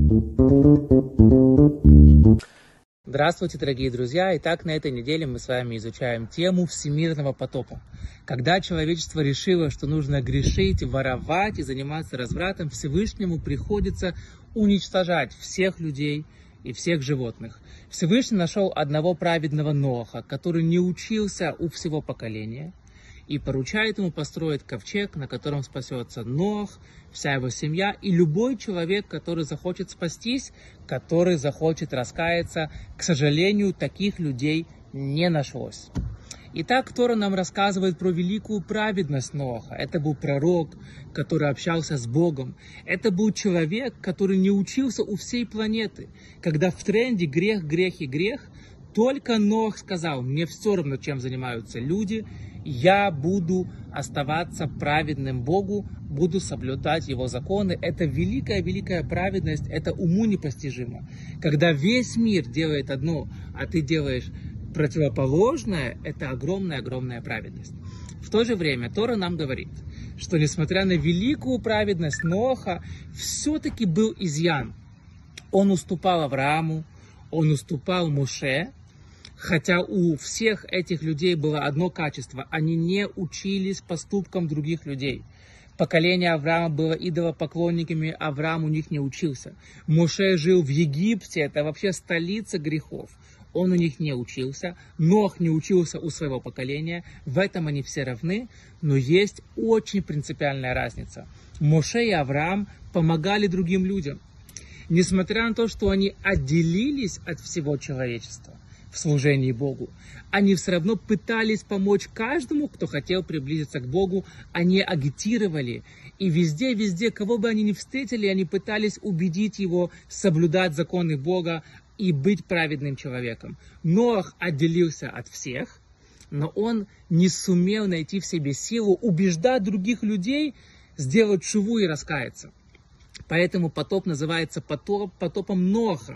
Здравствуйте, дорогие друзья! Итак, на этой неделе мы с вами изучаем тему всемирного потопа. Когда человечество решило, что нужно грешить, воровать и заниматься развратом, Всевышнему приходится уничтожать всех людей и всех животных. Всевышний нашел одного праведного Ноаха, который не учился у всего поколения, и поручает ему построить ковчег, на котором спасется Ноах, вся его семья и любой человек, который захочет спастись, который захочет раскаяться. К сожалению, таких людей не нашлось. Итак, Тора нам рассказывает про великую праведность Ноаха. Это был пророк, который общался с Богом. Это был человек, который не учился у всей планеты. Когда в тренде грех, грех и грех, только Ноах сказал: мне все равно, чем занимаются люди, я буду оставаться праведным Богу, буду соблюдать Его законы. Это великая праведность, это уму непостижимо. Когда весь мир делает одно, а ты делаешь противоположное, это огромная праведность. В то же время Тора нам говорит, что несмотря на великую праведность Ноаха, все-таки был изъян. Он уступал Аврааму, он уступал Моше. Хотя у всех этих людей было одно качество – они не учились поступкам других людей. Поколение Авраама было идолопоклонниками, Авраам у них не учился. Моше жил в Египте, это вообще столица грехов. Он у них не учился, Ноах не учился у своего поколения, в этом они все равны, но есть очень принципиальная разница. Моше и Авраам помогали другим людям. Несмотря на то, что они отделились от всего человечества в служении Богу, они все равно пытались помочь каждому, кто хотел приблизиться к Богу. Они агитировали, и везде, кого бы они ни встретили, они пытались убедить его соблюдать законы Бога и быть праведным человеком. Ноах отделился от всех, но он не сумел найти в себе силу убеждать других людей сделать шуву и раскаяться. Поэтому потоп называется потопом Ноаха,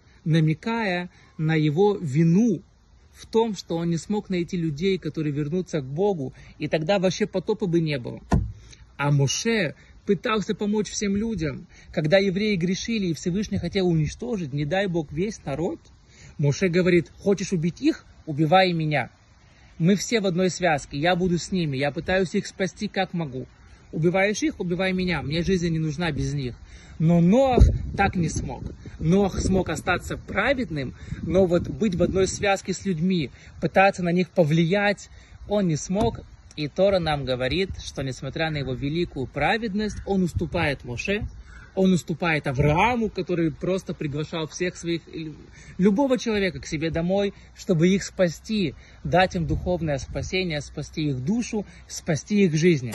намекая на его вину в том, что он не смог найти людей, которые вернутся к Богу, и тогда вообще потопа бы не было. А Моше пытался помочь всем людям. Когда евреи грешили и Всевышний хотел уничтожить, не дай Бог, весь народ, Моше говорит: хочешь убить их? Убивай и меня. Мы все в одной связке, я буду с ними, я пытаюсь их спасти как могу. Убиваешь их, убивай меня, мне жизнь не нужна без них. Но Ноах так не смог. Ноах смог остаться праведным, но вот быть в одной связке с людьми, пытаться на них повлиять, он не смог. И Тора нам говорит, что несмотря на его великую праведность, он уступает Моше, он уступает Аврааму, который просто приглашал всех своих, любого человека к себе домой, чтобы их спасти, дать им духовное спасение, спасти их душу, спасти их жизни.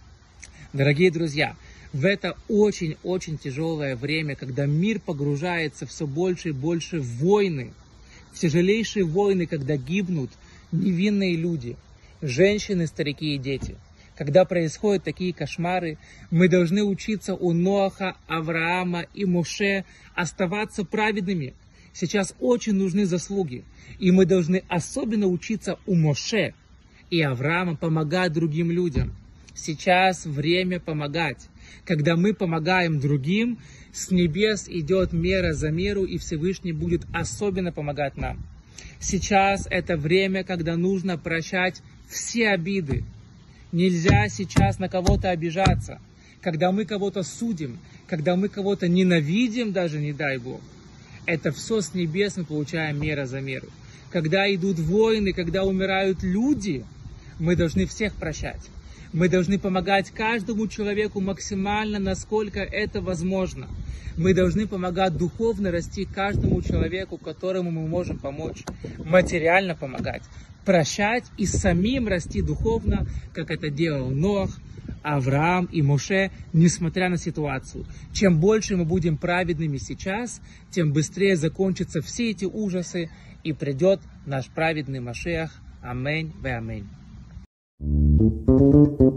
Дорогие друзья, в это очень тяжелое время, когда мир погружается все больше и больше в войны, в тяжелейшие войны, когда гибнут невинные люди, женщины, старики и дети, когда происходят такие кошмары, мы должны учиться у Ноаха, Авраама и Моше оставаться праведными. Сейчас очень нужны заслуги, и мы должны особенно учиться у Моше и Авраама помогать другим людям. Сейчас время помогать. Когда мы помогаем другим, с небес идет мера за меру, и Всевышний будет особенно помогать нам. Сейчас это время, когда нужно прощать все обиды. Нельзя сейчас на кого-то обижаться. Когда мы кого-то судим, когда мы кого-то ненавидим, даже не дай Бог, это все с небес мы получаем мера за меру. Когда идут войны, когда умирают люди, мы должны всех прощать. Мы должны помогать каждому человеку максимально, насколько это возможно. Мы должны помогать духовно расти каждому человеку, которому мы можем помочь. Материально помогать. Прощать и самим расти духовно, как это делал Ноах, Авраам и Моше, несмотря на ситуацию. Чем больше мы будем праведными сейчас, тем быстрее закончатся все эти ужасы и придет наш праведный Машиах. Аминь ве аминь.